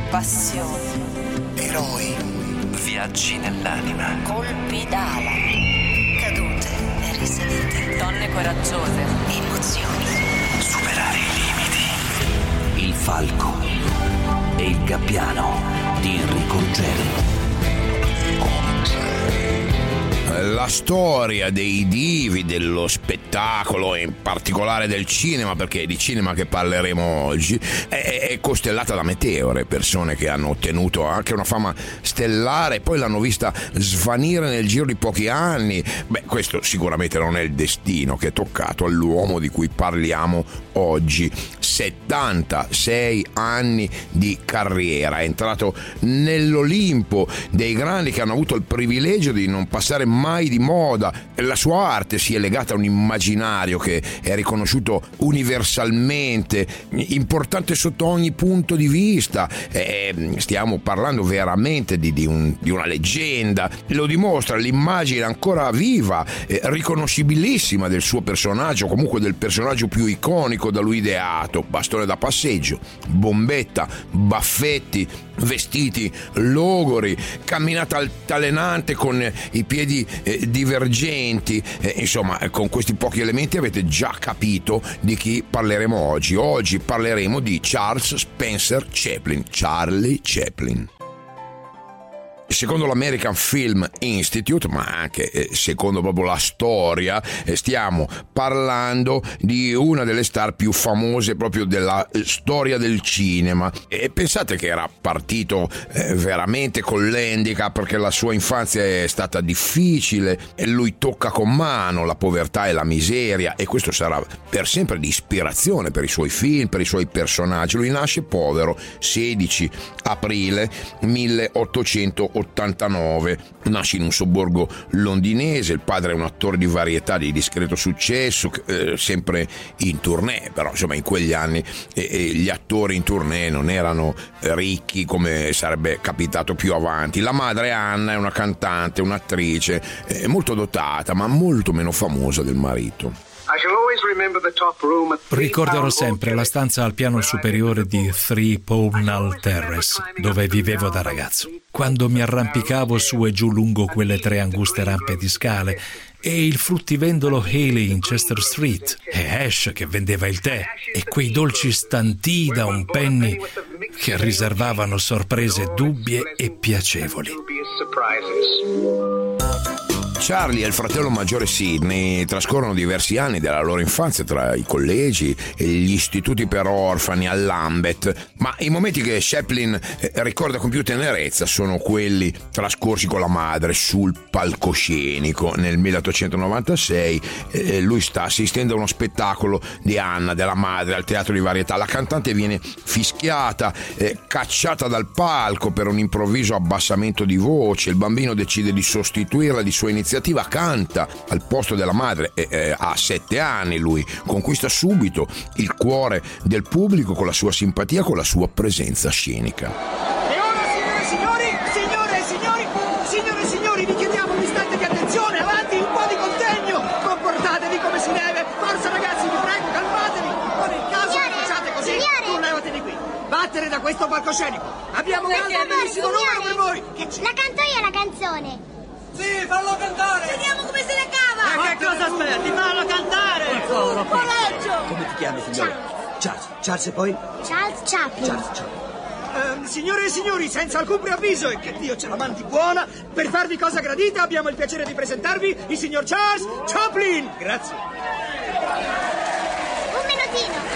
passioni, eroi, viaggi nell'anima, colpi d'ala, cadute e risalite, donne coraggiose, emozioni, superare i limiti. Il falco e il gabbiano di Enrico Ruggeri. La storia dei divi dello spettacolo e in particolare del cinema, perché è di cinema che parleremo oggi, è costellata da meteore, persone che hanno ottenuto anche una fama stellare e poi l'hanno vista svanire nel giro di pochi anni. Questo sicuramente non è il destino che è toccato all'uomo di cui parliamo oggi. 76 anni di carriera, è entrato nell'Olimpo dei grandi che hanno avuto il privilegio di non passare mai di moda. La sua arte si è legata a un immaginario che è riconosciuto universalmente, importante sotto ogni punto di vista. Stiamo parlando veramente di una leggenda. Lo dimostra l'immagine ancora viva, riconoscibilissima del suo personaggio, comunque del personaggio più iconico da lui ideato: bastone da passeggio, bombetta, baffetti, vestiti logori, camminata altalenante con i piedi divergenti. Insomma, con questi pochi elementi avete già capito di chi parleremo oggi. Oggi parleremo di Charles Spencer Chaplin, Charlie Chaplin. Secondo l'American Film Institute, ma anche secondo proprio la storia, stiamo parlando di una delle star più famose proprio della storia del cinema. E pensate che era partito veramente con l'handicap, perché la sua infanzia è stata difficile e lui tocca con mano la povertà e la miseria, e questo sarà per sempre di ispirazione per i suoi film, per i suoi personaggi. Lui nasce povero 16 aprile 1889. Nasce in un sobborgo londinese. Il padre è un attore di varietà di discreto successo, sempre in tournée, però insomma in quegli anni gli attori in tournée non erano ricchi come sarebbe capitato più avanti. La madre Anna è una cantante, un'attrice molto dotata, ma molto meno famosa del marito. Ricorderò sempre la stanza al piano superiore di 3 Pownall Terrace, dove vivevo da ragazzo, quando mi arrampicavo su e giù lungo quelle 3 anguste rampe di scale, e il fruttivendolo Haley in Chester Street, e Ash che vendeva il tè, e quei dolci stantì da un penny che riservavano sorprese dubbie e piacevoli. Charlie e il fratello maggiore Sidney trascorrono diversi anni della loro infanzia tra i collegi e gli istituti per orfani a Lambeth, ma i momenti che Chaplin ricorda con più tenerezza sono quelli trascorsi con la madre sul palcoscenico. Nel 1896 lui sta assistendo a uno spettacolo di Anna, della madre, al teatro di varietà. La cantante viene fischiata, cacciata dal palco per un improvviso abbassamento di voce. Il bambino decide di sostituirla di sua iniziativa, canta al posto della madre. Ha 7 anni lui, conquista subito il cuore del pubblico con la sua simpatia, con la sua presenza scenica. E ora, signori, vi chiediamo un istante di attenzione, avanti, un po' di contegno, comportatevi come si deve, forza ragazzi, vi prego, calmatevi, non è il caso che facciate così, tu levateli qui, vattene da questo palcoscenico, abbiamo un grandissimo numero per voi. La canto io la canzone. Sì, fallo cantare! Vediamo come se la cava! Che cosa aspetti? Fallo cantare! Un poleggio! Come ti chiami, signore? Charles e poi? Charles Chaplin. Signore e signori, senza alcun preavviso, e che Dio ce la mandi buona, per farvi cosa gradita abbiamo il piacere di presentarvi il signor Charles Chaplin! Grazie. Un minutino.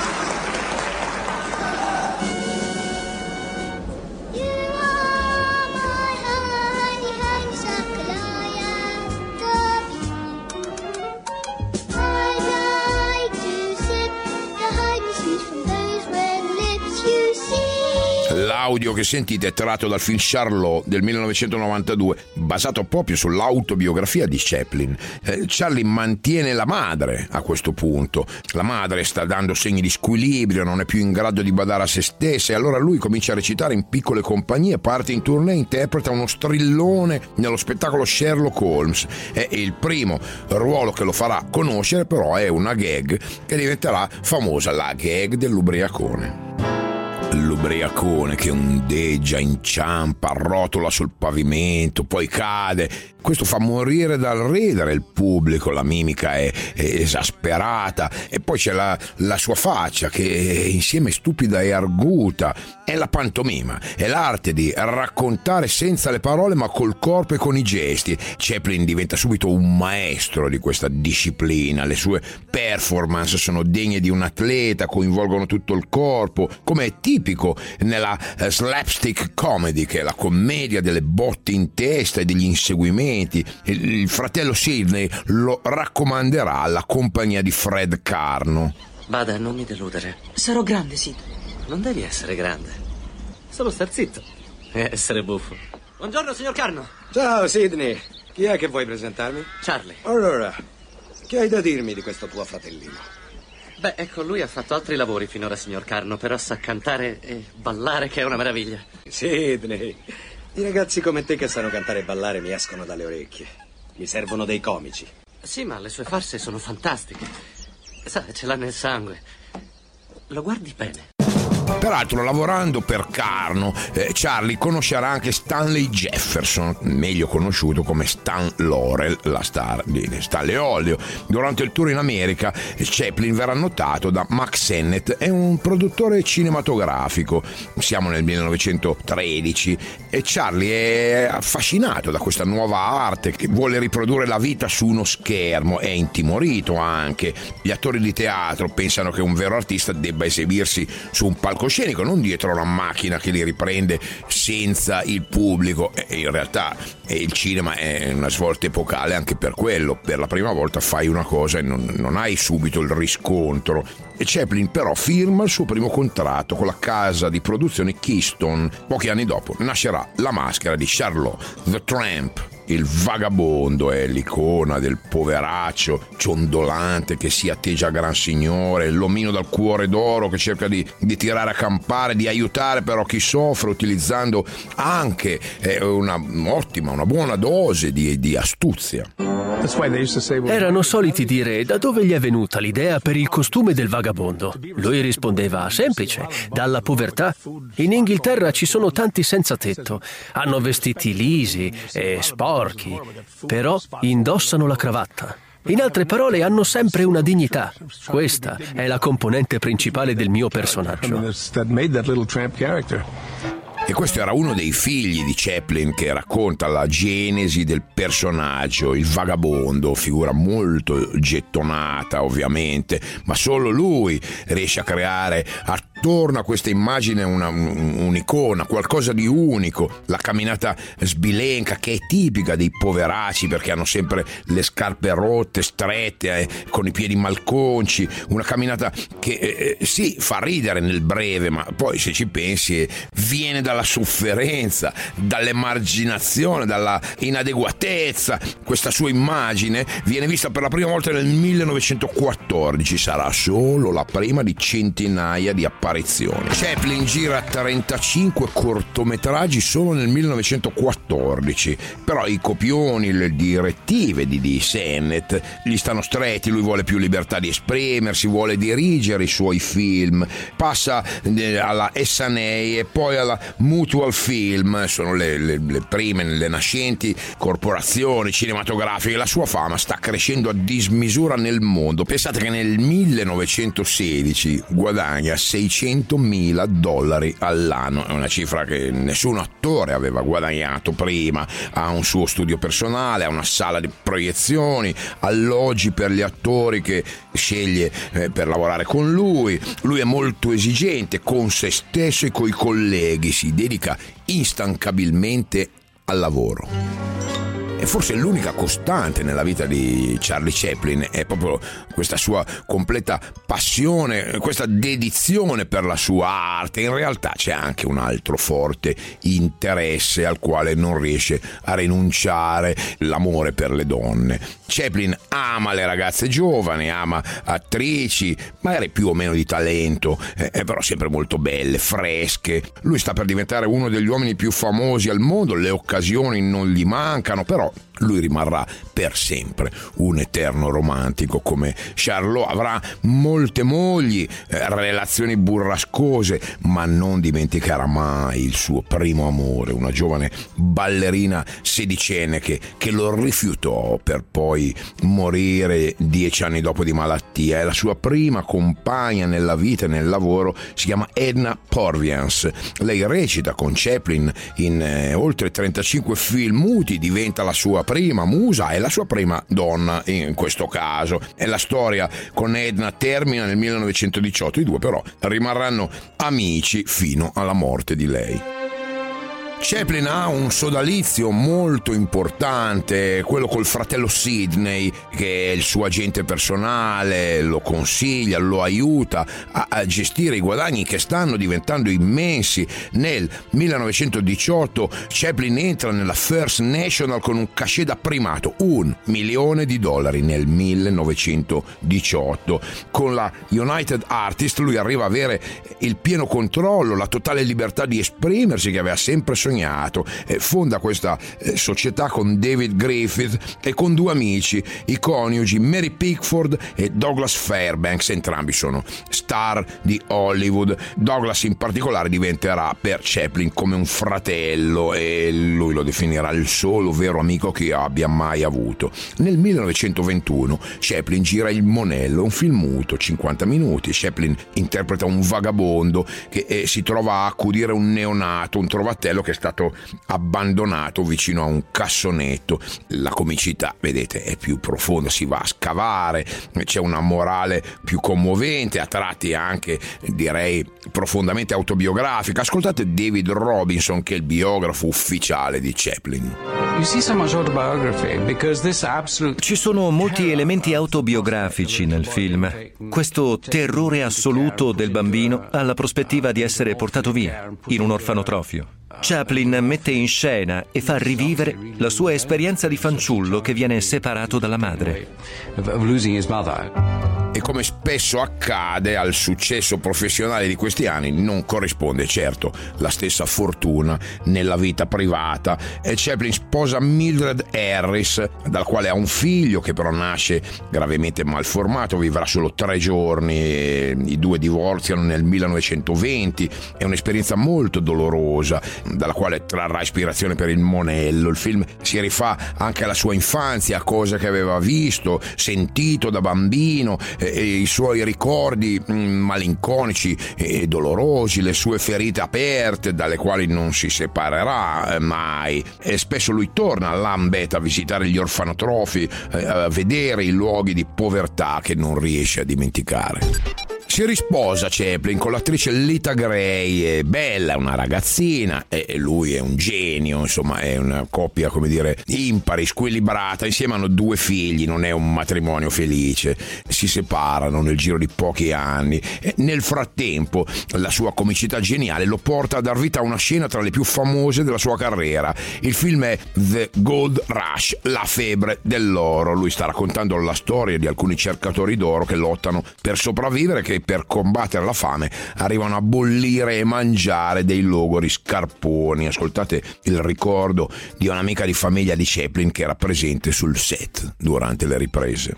L'audio che sentite è tratto dal film Charlot del 1992, basato proprio sull'autobiografia di Chaplin. Charlie mantiene la madre a questo punto. La madre sta dando segni di squilibrio, non è più in grado di badare a se stessa, e allora lui comincia a recitare in piccole compagnie, parte in tournée, interpreta uno strillone nello spettacolo Sherlock Holmes. È il primo ruolo che lo farà conoscere, però è una gag che diventerà famosa, la gag dell'ubriacone. L'ubriacone che ondeggia, inciampa, arrotola sul pavimento, poi cade. Questo fa morire dal ridere il pubblico, la mimica è esasperata e poi c'è la sua faccia che insieme è stupida e arguta. È la pantomima, è l'arte di raccontare senza le parole ma col corpo e con i gesti. Chaplin diventa subito un maestro di questa disciplina, le sue performance sono degne di un atleta, coinvolgono tutto il corpo, come è tipico nella slapstick comedy, che è la commedia delle botte in testa e degli inseguimenti. Il fratello Sidney lo raccomanderà alla compagnia di Fred Carno. Bada, non mi deludere. Sarò grande, sì. Non devi essere grande. Solo star zitto e essere buffo. Buongiorno, signor Carno. Ciao, Sidney. Chi è che vuoi presentarmi? Charlie. Allora, che hai da dirmi di questo tuo fratellino? Beh, ecco, lui ha fatto altri lavori finora, signor Carno, però sa cantare e ballare, che è una meraviglia. Sidney, i ragazzi come te che sanno cantare e ballare mi escono dalle orecchie. Mi servono dei comici. Sì, ma le sue farse sono fantastiche. Sa, ce l'ha nel sangue. Lo guardi bene. Peraltro, lavorando per Carno, Charlie conoscerà anche Stanley Jefferson, meglio conosciuto come Stan Laurel, la star di Stanley Olio. Durante il tour in America, Chaplin verrà notato da Mack Sennett, è un produttore cinematografico. Siamo nel 1913 e Charlie è affascinato da questa nuova arte che vuole riprodurre la vita su uno schermo, è intimorito anche. Gli attori di teatro pensano che un vero artista debba esibirsi su un palcoscenico, non dietro una macchina che li riprende senza il pubblico. E in realtà il cinema è una svolta epocale anche per quello. Per la prima volta fai una cosa e non hai subito il riscontro. E Chaplin però firma il suo primo contratto con la casa di produzione Keystone. Pochi anni dopo nascerà La maschera di Charlot, The Tramp. Il vagabondo è l'icona del poveraccio ciondolante che si atteggia a gran signore, l'omino dal cuore d'oro che cerca di tirare a campare, di aiutare però chi soffre, utilizzando anche una buona dose di astuzia. Erano soliti dire: da dove gli è venuta l'idea per il costume del vagabondo? Lui rispondeva: semplice, dalla povertà. In Inghilterra ci sono tanti senza tetto, hanno vestiti lisi e sporchi, però indossano la cravatta. In altre parole, hanno sempre una dignità. Questa è la componente principale del mio personaggio. E questo era uno dei figli di Chaplin che racconta la genesi del personaggio, il vagabondo, figura molto gettonata ovviamente, ma solo lui riesce a creare attorno a questa immagine un'icona, qualcosa di unico, la camminata sbilenca che è tipica dei poveracci perché hanno sempre le scarpe rotte, strette, con i piedi malconci, una camminata che sì, fa ridere nel breve, ma poi se ci pensi viene dalla sofferenza, dall'emarginazione, dalla inadeguatezza. Questa sua immagine viene vista per la prima volta nel 1914, sarà solo la prima di centinaia di apparizioni. Chaplin gira 35 cortometraggi solo nel 1914, però i copioni, le direttive di Sennett gli stanno stretti, lui vuole più libertà di esprimersi, vuole dirigere i suoi film, passa alla S&A e poi alla Mutual Film, sono le prime, le nascenti corporazioni cinematografiche. La sua fama sta crescendo a dismisura nel mondo. Pensate che nel 1916 guadagna $600.000 all'anno, è una cifra che nessun attore aveva guadagnato prima. Ha un suo studio personale, ha una sala di proiezioni, alloggi per gli attori che sceglie per lavorare con lui. Lui è molto esigente con se stesso e coi colleghi, si dedica instancabilmente al lavoro. E forse l'unica costante nella vita di Charlie Chaplin è proprio questa sua completa passione, questa dedizione per la sua arte. In realtà c'è anche un altro forte interesse al quale non riesce a rinunciare: l'amore per le donne. Chaplin ama le ragazze giovani, ama attrici, magari più o meno di talento, però sempre molto belle, fresche. Lui sta per diventare uno degli uomini più famosi al mondo, le occasioni non gli mancano, però però lui rimarrà per sempre un eterno romantico come Charlot. Avrà molte mogli, relazioni burrascose, ma non dimenticherà mai il suo primo amore, una giovane ballerina sedicenne che lo rifiutò per poi morire 10 anni dopo di malattia. E la sua prima compagna nella vita e nel lavoro si chiama Edna Purviance. Lei recita con Chaplin in oltre 35 film muti, diventa la sua prima musa e la sua prima donna in questo caso. E la storia con Edna termina nel 1918, i due però rimarranno amici fino alla morte di lei. Chaplin ha un sodalizio molto importante, quello col fratello Sidney, che è il suo agente personale, lo consiglia, lo aiuta a gestire i guadagni che stanno diventando immensi. Nel 1918 Chaplin entra nella First National con un cachet da primato, $1 milione nel 1918. Con la United Artists lui arriva a avere il pieno controllo, la totale libertà di esprimersi che aveva sempre sognato. Fonda questa società con David Griffith e con due amici, i coniugi Mary Pickford e Douglas Fairbanks. Entrambi sono star di Hollywood. Douglas in particolare diventerà per Chaplin come un fratello e lui lo definirà il solo vero amico che abbia mai avuto. Nel 1921 Chaplin gira Il Monello, un film muto, 50 minuti. Chaplin interpreta un vagabondo che si trova a accudire un neonato, un trovatello che è stato abbandonato vicino a un cassonetto. La comicità, vedete, è più profonda, si va a scavare, c'è una morale più commovente, a tratti anche, direi, profondamente autobiografica. Ascoltate David Robinson, che è il biografo ufficiale di Chaplin. Ci sono molti elementi autobiografici nel film. Questo terrore assoluto del bambino alla prospettiva di essere portato via in un orfanotrofio. Chaplin mette in scena e fa rivivere la sua esperienza di fanciullo che viene separato dalla madre. E come spesso accade, al successo professionale di questi anni non corrisponde certo la stessa fortuna nella vita privata. E Chaplin sposa Mildred Harris, dal quale ha un figlio che però nasce gravemente malformato, vivrà solo 3 giorni e i due divorziano nel 1920. È un'esperienza molto dolorosa dalla quale trarrà ispirazione per Il Monello. Il film si rifà anche alla sua infanzia, a cose che aveva visto, sentito da bambino, e i suoi ricordi malinconici e dolorosi, le sue ferite aperte dalle quali non si separerà mai. E spesso lui torna a Lambeth a visitare gli orfanotrofi, a vedere i luoghi di povertà che non riesce a dimenticare. Si risposa Chaplin con l'attrice Lita Gray, è bella, è una ragazzina e lui è un genio, insomma è una coppia, come dire, impari, squilibrata. Insieme hanno 2 figli, non è un matrimonio felice. Si separano nel giro di pochi anni e nel frattempo la sua comicità geniale lo porta a dar vita a una scena tra le più famose della sua carriera. Il film è The Gold Rush, la febbre dell'oro. Lui sta raccontando la storia di alcuni cercatori d'oro che lottano per sopravvivere, che per combattere la fame arrivano a bollire e mangiare dei logori scarponi. Ascoltate il ricordo di un'amica di famiglia di Chaplin che era presente sul set durante le riprese.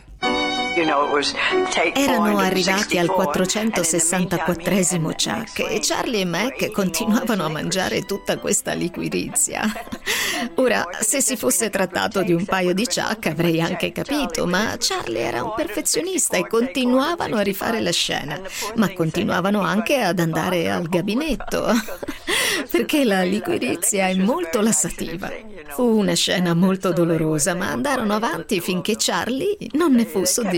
Erano arrivati al 464esimo Chuck e Charlie e Mac continuavano a mangiare tutta questa liquirizia. Ora, se si fosse trattato di un paio di Chuck avrei anche capito, ma Charlie era un perfezionista e continuavano a rifare la scena, ma continuavano anche ad andare al gabinetto, perché la liquirizia è molto lassativa. Fu una scena molto dolorosa, ma andarono avanti finché Charlie non ne fu soddisfatto.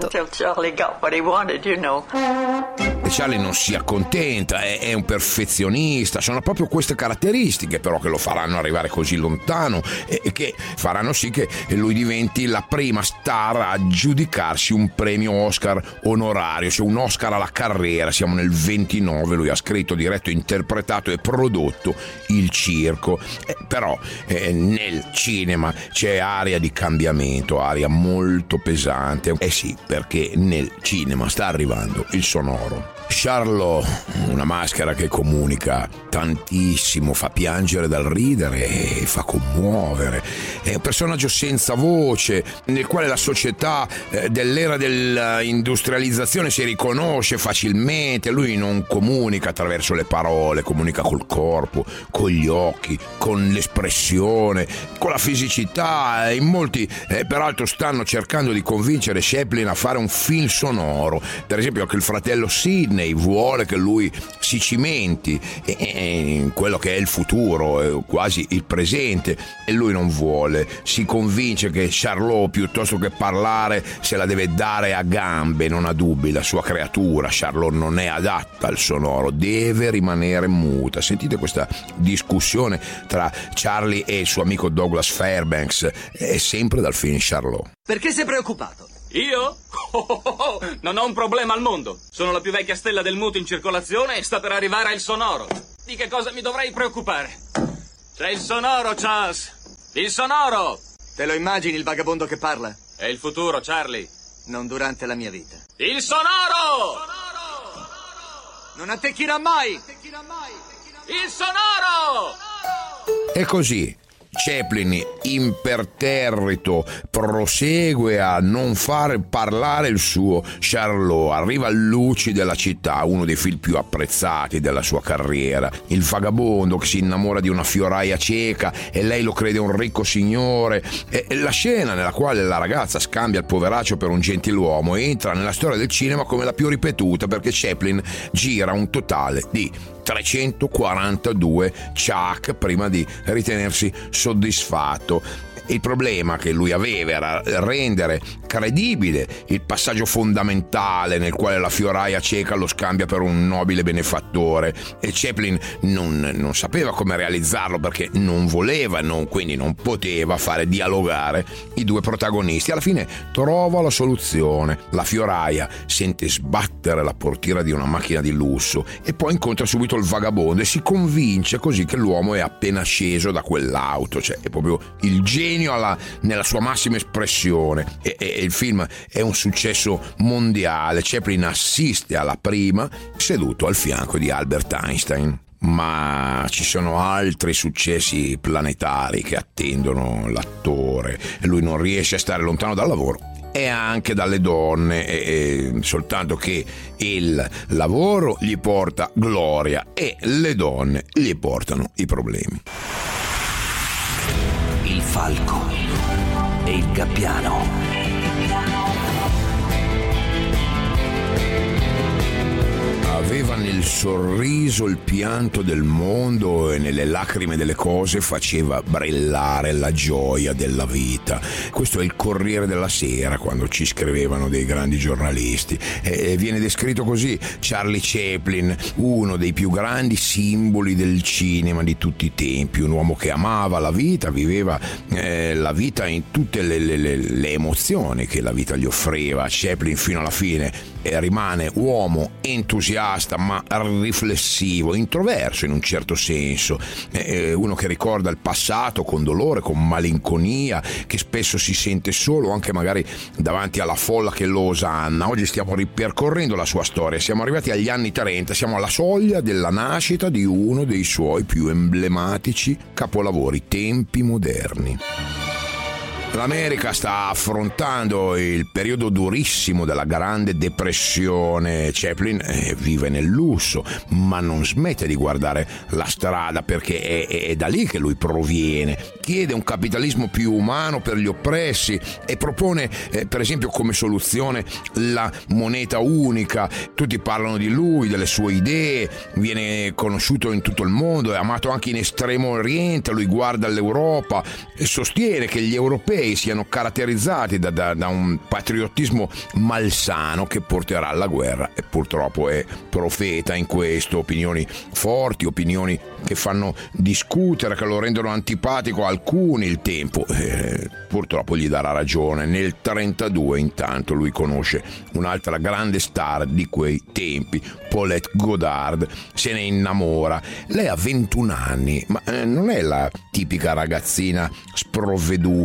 E Charlie non si accontenta, è un perfezionista. Sono proprio queste caratteristiche però che lo faranno arrivare così lontano e che faranno sì che lui diventi la prima star a aggiudicarsi un premio Oscar onorario, cioè un Oscar alla carriera. Siamo nel 29, lui ha scritto, diretto, interpretato e prodotto Il Circo. Però nel cinema c'è aria di cambiamento, aria molto pesante. Sì, perché nel cinema sta arrivando il sonoro. Charlot, una maschera che comunica tantissimo, fa piangere dal ridere e fa commuovere. È un personaggio senza voce, nel quale la società dell'era dell'industrializzazione si riconosce facilmente. Lui non comunica attraverso le parole, comunica col corpo, con gli occhi, con l'espressione, con la fisicità. In molti peraltro stanno cercando di convincere Chaplin a fare un film sonoro. Per esempio anche il fratello Sidney vuole che lui si cimenti in quello che è il futuro, quasi il presente, e lui non vuole. Si convince che Charlot, piuttosto che parlare, se la deve dare a gambe, non ha dubbi, la sua creatura. Charlot non è adatta al sonoro, deve rimanere muta. Sentite questa discussione tra Charlie e il suo amico Douglas Fairbanks, è sempre dal film Charlot. Perché sei preoccupato? Io? Non ho un problema al mondo. Sono la più vecchia stella del muto in circolazione e sta per arrivare il sonoro. Di che cosa mi dovrei preoccupare? C'è il sonoro, Charles. Il sonoro! Te lo immagini il vagabondo che parla? È il futuro, Charlie. Non durante la mia vita. Il sonoro! Non attecchirà mai! Il sonoro! E così Chaplin, imperterrito, prosegue a non far parlare il suo Charlot. Arriva a Luci della città, uno dei film più apprezzati della sua carriera. Il vagabondo che si innamora di una fioraia cieca e lei lo crede un ricco signore. E la scena nella quale la ragazza scambia il poveraccio per un gentiluomo entra nella storia del cinema come la più ripetuta, perché Chaplin gira un totale di 342 ciak prima di ritenersi soddisfatto. Il problema che lui aveva era rendere credibile il passaggio fondamentale nel quale la fioraia cieca lo scambia per un nobile benefattore, e Chaplin non sapeva come realizzarlo, perché non voleva, quindi non poteva fare dialogare i due protagonisti. Alla fine trova la soluzione: la fioraia sente sbattere la portiera di una macchina di lusso e poi incontra subito il vagabondo e si convince così che l'uomo è appena sceso da quell'auto. Cioè è proprio il genio nella sua massima espressione, e il film è un successo mondiale. Chaplin assiste alla prima seduto al fianco di Albert Einstein. Ma ci sono altri successi planetari che attendono l'attore e lui non riesce a stare lontano dal lavoro e anche dalle donne, soltanto che il lavoro gli porta gloria e le donne gli portano i problemi. Il falco e il gabbiano. Aveva nel sorriso il pianto del mondo e nelle lacrime delle cose faceva brillare la gioia della vita. Questo è il Corriere della Sera, quando ci scrivevano dei grandi giornalisti. E viene descritto così Charlie Chaplin, uno dei più grandi simboli del cinema di tutti i tempi, un uomo che amava la vita, viveva la vita in tutte le emozioni che la vita gli offriva. Chaplin fino alla fine rimane uomo entusiasta ma riflessivo, introverso in un certo senso, uno che ricorda il passato con dolore, con malinconia, che spesso si sente solo anche magari davanti alla folla che lo osanna. Oggi stiamo ripercorrendo la sua storia, siamo arrivati agli anni 30, siamo alla soglia della nascita di uno dei suoi più emblematici capolavori, Tempi moderni. L'America sta affrontando il periodo durissimo della Grande Depressione. Chaplin vive nel lusso, ma non smette di guardare la strada, perché è da lì che lui proviene. Chiede un capitalismo più umano per gli oppressi e propone, per esempio, come soluzione la moneta unica. Tutti parlano di lui, delle sue idee, viene conosciuto in tutto il mondo, è amato anche in Estremo Oriente. Lui guarda l'Europa e sostiene che gli europei siano caratterizzati da un patriottismo malsano che porterà alla guerra, e purtroppo è profeta in questo. Opinioni forti, opinioni che fanno discutere, che lo rendono antipatico a alcuni. Il tempo purtroppo gli darà ragione. Nel 1932 intanto lui conosce un'altra grande star di quei tempi, Paulette Goddard, se ne innamora. Lei ha 21 anni, ma non è la tipica ragazzina sprovveduta, è una donna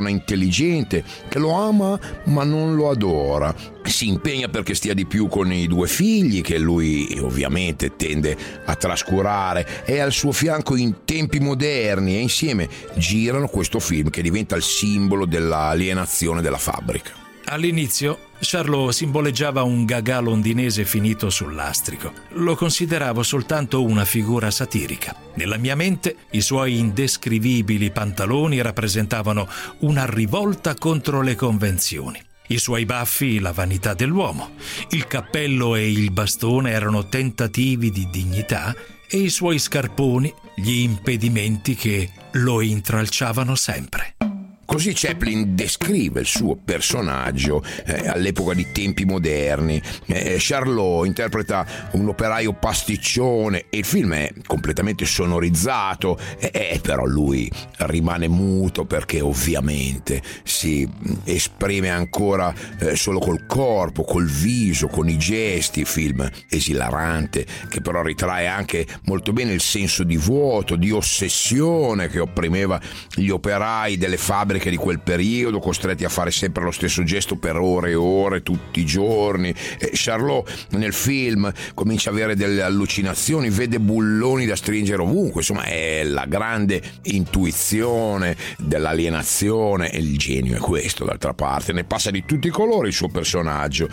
persona intelligente che lo ama ma non lo adora. Si impegna perché stia di più con i due figli che lui ovviamente tende a trascurare, è al suo fianco in tempi moderni e insieme girano questo film che diventa il simbolo dell'alienazione della fabbrica. All'inizio Charlot simboleggiava un gagà londinese finito sul lastrico. Lo consideravo soltanto una figura satirica. Nella mia mente i suoi indescrivibili pantaloni rappresentavano una rivolta contro le convenzioni. I suoi baffi la vanità dell'uomo. Il cappello e il bastone erano tentativi di dignità e i suoi scarponi gli impedimenti che lo intralciavano sempre. Così Chaplin descrive il suo personaggio all'epoca di tempi moderni. Charlot interpreta un operaio pasticcione e il film è completamente sonorizzato, però lui rimane muto perché ovviamente si esprime ancora solo col corpo, col viso, con i gesti. Film esilarante che però ritrae anche molto bene il senso di vuoto, di ossessione che opprimeva gli operai delle fabbriche di quel periodo, costretti a fare sempre lo stesso gesto per ore e ore, tutti i giorni. Charlot nel film comincia a avere delle allucinazioni, vede bulloni da stringere ovunque, insomma è la grande intuizione dell'alienazione e il genio è questo, d'altra parte. Ne passa di tutti i colori il suo personaggio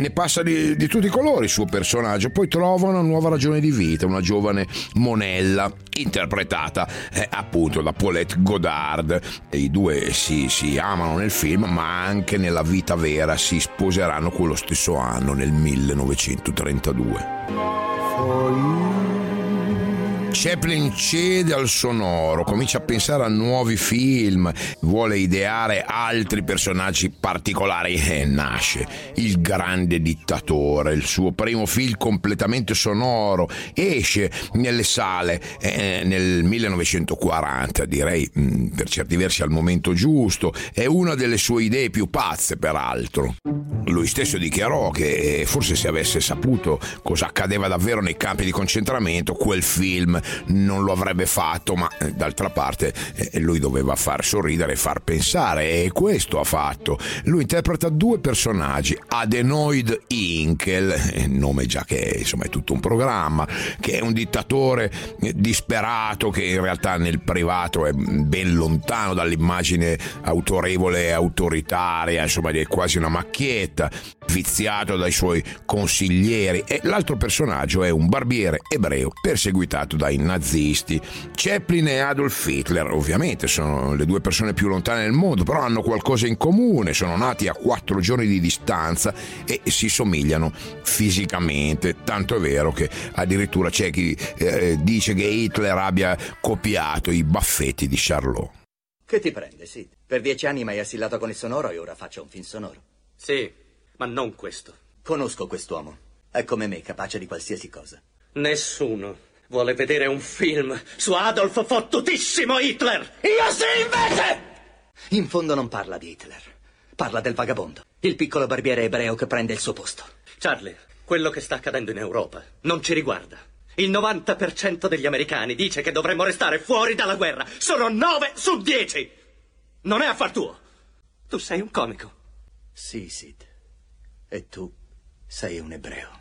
poi trova una nuova ragione di vita, una giovane Monella interpretata appunto da Paulette Goddard. I due si amano nel film, ma anche nella vita vera si sposeranno quello stesso anno, nel 1932. Chaplin cede al sonoro, comincia a pensare a nuovi film, vuole ideare altri personaggi particolari e nasce Il Grande Dittatore, il suo primo film completamente sonoro. Esce nelle sale nel 1940, direi per certi versi al momento giusto. È una delle sue idee più pazze, peraltro. Lui stesso dichiarò che forse se avesse saputo cosa accadeva davvero nei campi di concentramento, quel film non lo avrebbe fatto, ma d'altra parte lui doveva far sorridere e far pensare, e questo ha fatto. Lui interpreta due personaggi: Adenoid Hynkel, nome già che insomma è tutto un programma, che è un dittatore disperato che in realtà nel privato è ben lontano dall'immagine autorevole e autoritaria, insomma è quasi una macchietta, viziato dai suoi consiglieri. E l'altro personaggio è un barbiere ebreo perseguitato dai nazisti. Chaplin e Adolf Hitler ovviamente sono le due persone più lontane del mondo, però hanno qualcosa in comune: sono nati a 4 giorni di distanza e si somigliano fisicamente, tanto è vero che addirittura c'è chi dice che Hitler abbia copiato i baffetti di Charlot. Che ti prende, Sid? Per 10 anni mi hai assillato con il sonoro e ora faccio un film sonoro. Sì, ma non questo. Conosco quest'uomo. È come me, capace di qualsiasi cosa. Nessuno vuole vedere un film su Adolf fottutissimo Hitler. Io sì, invece! In fondo non parla di Hitler. Parla del vagabondo. Il piccolo barbiere ebreo che prende il suo posto. Charlie, quello che sta accadendo in Europa non ci riguarda. Il 90% degli americani dice che dovremmo restare fuori dalla guerra. Sono 9 su 10. Non è affar tuo. Tu sei un comico. Sì, Sid. E tu sei un ebreo.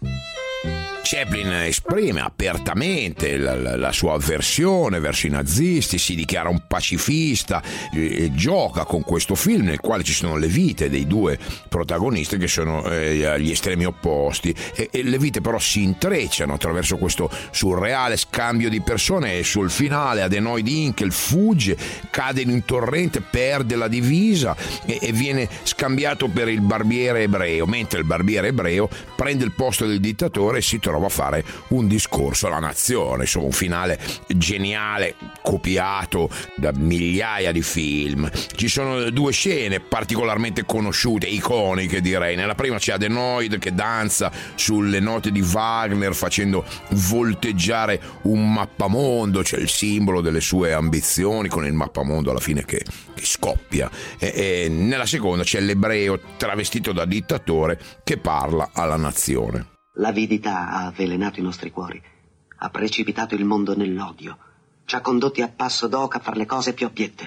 Chaplin esprime apertamente la sua avversione verso i nazisti, si dichiara un pacifista, gioca con questo film nel quale ci sono le vite dei due protagonisti che sono agli estremi opposti, e le vite però si intrecciano attraverso questo surreale scambio di persone, e sul finale Adenoid Hynkel fugge, cade in un torrente, perde la divisa e viene scambiato per il barbiere ebreo, mentre il barbiere ebreo prende il posto del dittatore e si trova a fare un discorso alla nazione. Insomma, un finale geniale, copiato da migliaia di film. Ci sono due scene particolarmente conosciute, iconiche direi. Nella prima c'è Adenoid che danza sulle note di Wagner facendo volteggiare un mappamondo, c'è il simbolo delle sue ambizioni con il mappamondo alla fine che scoppia, e nella seconda c'è l'ebreo travestito da dittatore che parla alla nazione. L'avidità ha avvelenato i nostri cuori, ha precipitato il mondo nell'odio, ci ha condotti a passo d'oca a far le cose più abbiette.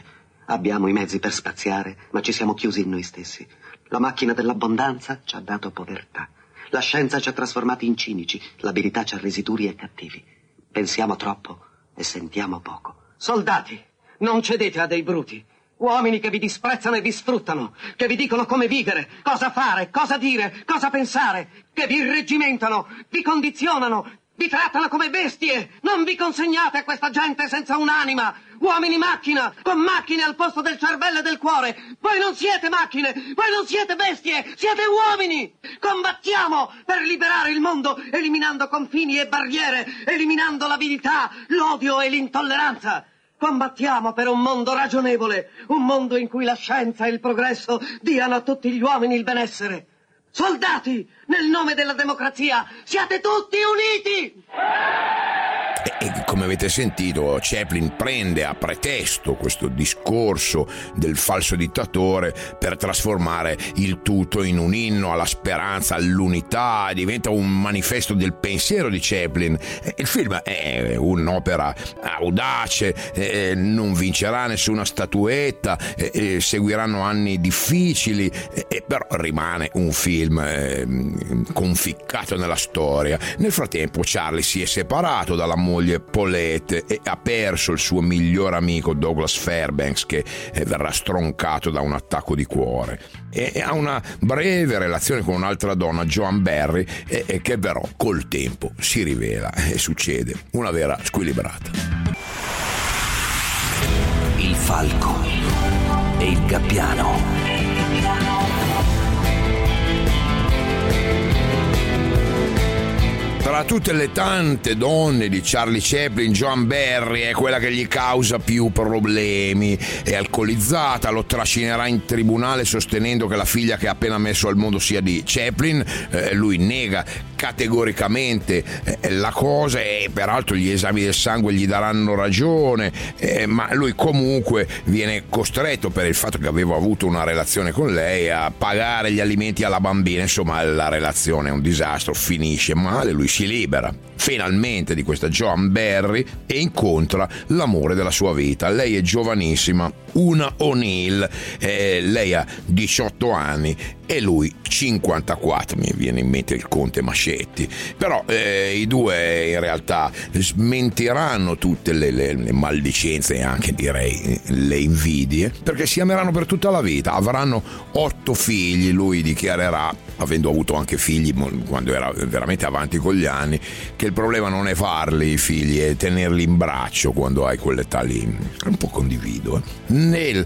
Abbiamo i mezzi per spaziare, ma ci siamo chiusi in noi stessi. La macchina dell'abbondanza ci ha dato povertà. La scienza ci ha trasformati in cinici, l'abilità ci ha resi duri e cattivi. Pensiamo troppo e sentiamo poco. Soldati, non cedete a dei bruti. Uomini che vi disprezzano e vi sfruttano, che vi dicono come vivere, cosa fare, cosa dire, cosa pensare, che vi irreggimentano, vi condizionano, vi trattano come bestie. Non vi consegnate a questa gente senza un'anima. Uomini macchina, con macchine al posto del cervello e del cuore. Voi non siete macchine, voi non siete bestie, siete uomini. Combattiamo per liberare il mondo, eliminando confini e barriere, eliminando l'avidità, l'odio e l'intolleranza. Combattiamo per un mondo ragionevole, un mondo in cui la scienza e il progresso diano a tutti gli uomini il benessere. Soldati, nel nome della democrazia, siate tutti uniti! E come avete sentito, Chaplin prende a pretesto questo discorso del falso dittatore per trasformare il tutto in un inno alla speranza, all'unità, diventa un manifesto del pensiero di Chaplin. Il film è un'opera audace, non vincerà nessuna statuetta, seguiranno anni difficili, però rimane un film conficcato nella storia. Nel frattempo Charlie si è separato dalla moglie Paulette e ha perso il suo miglior amico Douglas Fairbanks, che verrà stroncato da un attacco di cuore, e ha una breve relazione con un'altra donna, Joan Barry, che però col tempo si rivela e succede una vera squilibrata. Il falco e il gabbiano. Tra tutte le tante donne di Charlie Chaplin, Joan Barry è quella che gli causa più problemi. È alcolizzata, lo trascinerà in tribunale sostenendo che la figlia che ha appena messo al mondo sia di Chaplin. Lui nega categoricamente la cosa e peraltro gli esami del sangue gli daranno ragione, ma lui comunque viene costretto, per il fatto che aveva avuto una relazione con lei, a pagare gli alimenti alla bambina. Insomma, la relazione è un disastro, finisce male, lui si libera finalmente di questa Joan Barry e incontra l'amore della sua vita. Lei è giovanissima, una O'Neill, lei ha 18 anni e lui 54, mi viene in mente il conte Mascetti. Però i due in realtà smentiranno tutte le maldicenze e anche, direi, le invidie, perché si ameranno per tutta la vita. Avranno 8 figli. Lui dichiarerà, avendo avuto anche figli quando era veramente avanti con gli anni, che il problema non è farli i figli, è tenerli in braccio quando hai quell'età lì. Un po' condivido. Nel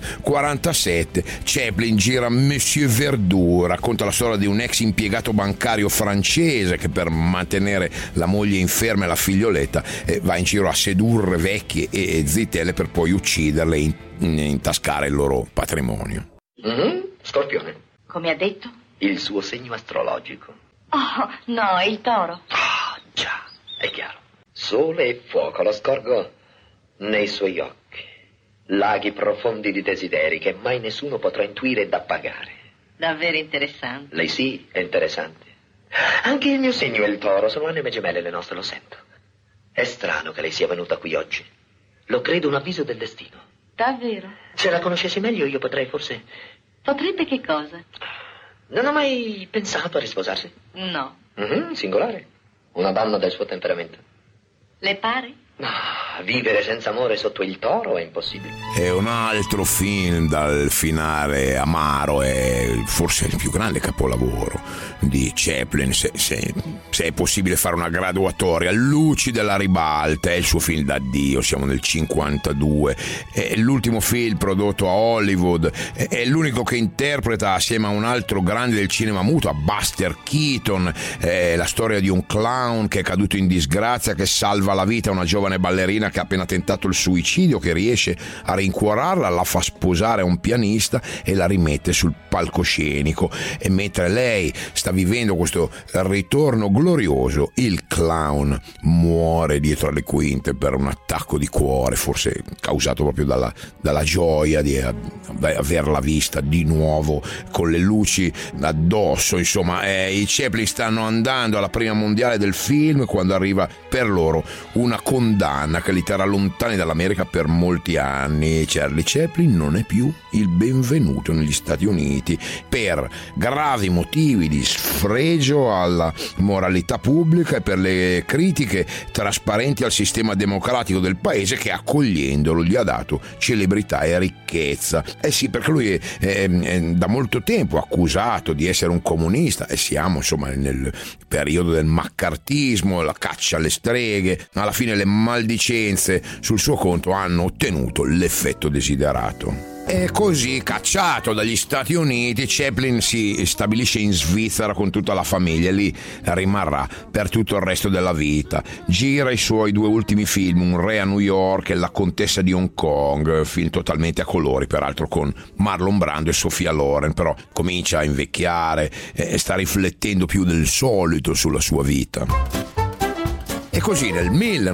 47 Chaplin gira Monsieur Verdoux, racconta la storia di un ex impiegato bancario francese che per mantenere la moglie inferma e la figlioletta va in giro a sedurre vecchie e zitelle per poi ucciderle e intascare il loro patrimonio. Scorpione. Come ha detto? Il suo segno astrologico. Oh, no, è il toro. Ah, già, è chiaro. Sole e fuoco, lo scorgo nei suoi occhi. Laghi profondi di desideri che mai nessuno potrà intuire ed appagare. Davvero interessante. Lei sì, è interessante. Anche il mio segno e il toro sono anime gemelle le nostre, lo sento. È strano che lei sia venuta qui oggi. Lo credo un avviso del destino. Davvero? Se la conoscessi meglio io potrei forse... Potrebbe che cosa? Non ho mai pensato a risposarsi? No. Singolare. Una donna del suo temperamento. Le pare? Vivere senza amore sotto il toro è impossibile. È un altro film dal finale amaro, è forse il più grande capolavoro di Chaplin, se è possibile fare una graduatoria. Luci della ribalta è il suo film d'addio, siamo nel 52, è l'ultimo film prodotto a Hollywood, è l'unico che interpreta assieme a un altro grande del cinema muto, a Buster Keaton, è la storia di un clown che è caduto in disgrazia, che salva la vita a una giovane ballerina che ha appena tentato il suicidio, che riesce a rincuorarla, la fa sposare a un pianista e la rimette sul palcoscenico, e mentre lei sta vivendo questo ritorno glorioso, il clown muore dietro le quinte per un attacco di cuore, forse causato proprio dalla gioia di averla vista di nuovo con le luci addosso. Insomma, i Chaplin stanno andando alla prima mondiale del film quando arriva per loro una condanna che li terrà lontani dall'America per molti anni. Charlie Chaplin non è più il benvenuto negli Stati Uniti per gravi motivi di sfregio alla moralità pubblica e per le critiche trasparenti al sistema democratico del paese che, accogliendolo, gli ha dato celebrità e ricchezza. Sì, perché lui è da molto tempo accusato di essere un comunista, e siamo insomma nel periodo del maccartismo, la caccia alle streghe. Alla fine le maldicenze sul suo conto hanno ottenuto l'effetto desiderato. E così, cacciato dagli Stati Uniti, Chaplin si stabilisce in Svizzera con tutta la famiglia e lì rimarrà per tutto il resto della vita. Gira i suoi 2 ultimi film, Un re a New York e La contessa di Hong Kong, film totalmente a colori, peraltro con Marlon Brando e Sophia Loren, però comincia a invecchiare e sta riflettendo più del solito sulla sua vita. E così nel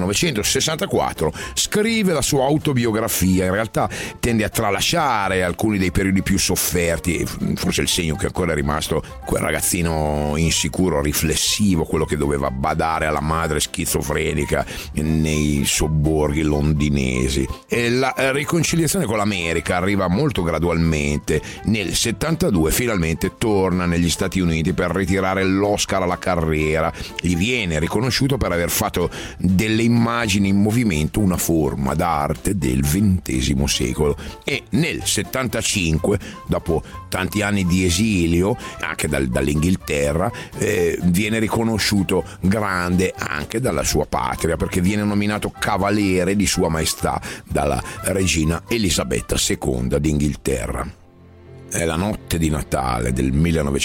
1964 scrive la sua autobiografia. In realtà tende a tralasciare alcuni dei periodi più sofferti, forse il segno che ancora è rimasto quel ragazzino insicuro, riflessivo, quello che doveva badare alla madre schizofrenica nei sobborghi londinesi. E la riconciliazione con l'America arriva molto gradualmente. Nel 72 finalmente torna negli Stati Uniti per ritirare l'Oscar alla carriera. Gli viene riconosciuto per aver fatto delle immagini in movimento una forma d'arte del XX secolo. E nel 75, dopo tanti anni di esilio anche dall'Inghilterra, viene riconosciuto grande anche dalla sua patria, perché viene nominato cavaliere di Sua Maestà dalla regina Elisabetta II d'Inghilterra. È la notte di Natale del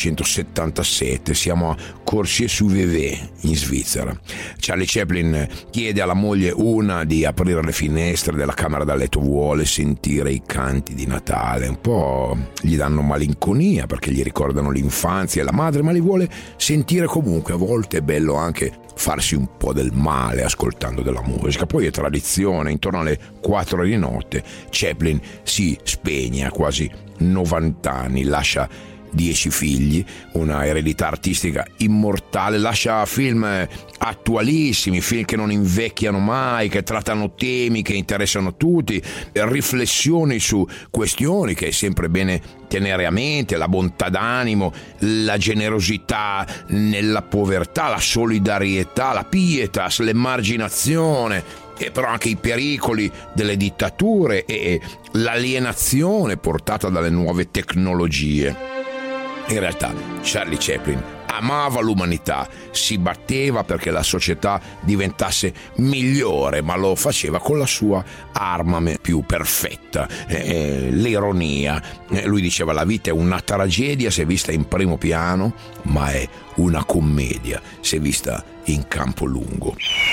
1977, siamo a Coursier-sous-Vevey in Svizzera. Charlie Chaplin chiede alla moglie una di aprire le finestre della camera da letto, vuole sentire i canti di Natale. Un po' gli danno malinconia perché gli ricordano l'infanzia e la madre, ma li vuole sentire comunque. A volte è bello anche farsi un po' del male ascoltando della musica. Poi è tradizione, intorno alle 4 di notte Chaplin si spegne a quasi 90 anni, lascia 10 figli, una eredità artistica immortale, lascia film attualissimi, film che non invecchiano mai, che trattano temi che interessano tutti, riflessioni su questioni che è sempre bene tenere a mente: la bontà d'animo, la generosità nella povertà, la solidarietà, la pietas, l'emarginazione, e però anche i pericoli delle dittature e l'alienazione portata dalle nuove tecnologie. In realtà Charlie Chaplin amava l'umanità, si batteva perché la società diventasse migliore, ma lo faceva con la sua arma più perfetta, l'ironia. Lui diceva: la vita è una tragedia se vista in primo piano, ma è una commedia se vista in campo lungo.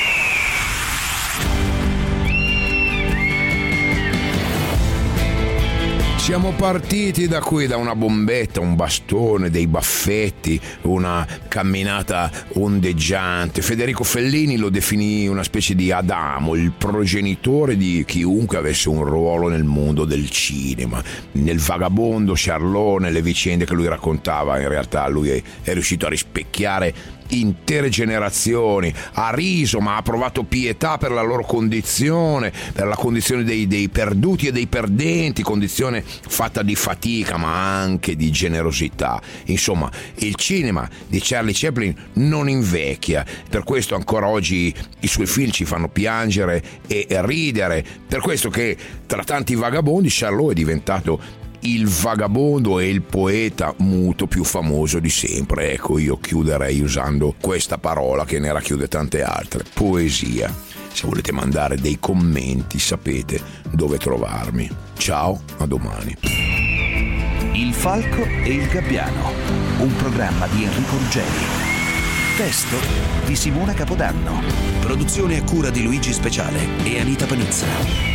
Siamo partiti da qui, da una bombetta, un bastone, dei baffetti, una camminata ondeggiante. Federico Fellini lo definì una specie di Adamo, il progenitore di chiunque avesse un ruolo nel mondo del cinema. Nel Vagabondo, Charlot, nelle vicende che lui raccontava, in realtà lui è riuscito a rispecchiare intere generazioni, ha riso ma ha provato pietà per la loro condizione, per la condizione dei perduti e dei perdenti, condizione fatta di fatica ma anche di generosità. Insomma, il cinema di Charlie Chaplin non invecchia, per questo ancora oggi i suoi film ci fanno piangere e ridere, per questo che tra tanti vagabondi Charlot è diventato il vagabondo e il poeta muto più famoso di sempre. Ecco, io chiuderei usando questa parola che ne racchiude tante altre: poesia. Se volete mandare dei commenti sapete dove trovarmi. Ciao, a domani. Il Falco e il Gabbiano, un programma di Enrico Ruggeri. Testo di Simona Capodanno. Produzione a cura di Luigi Speciale e Anita Panizza.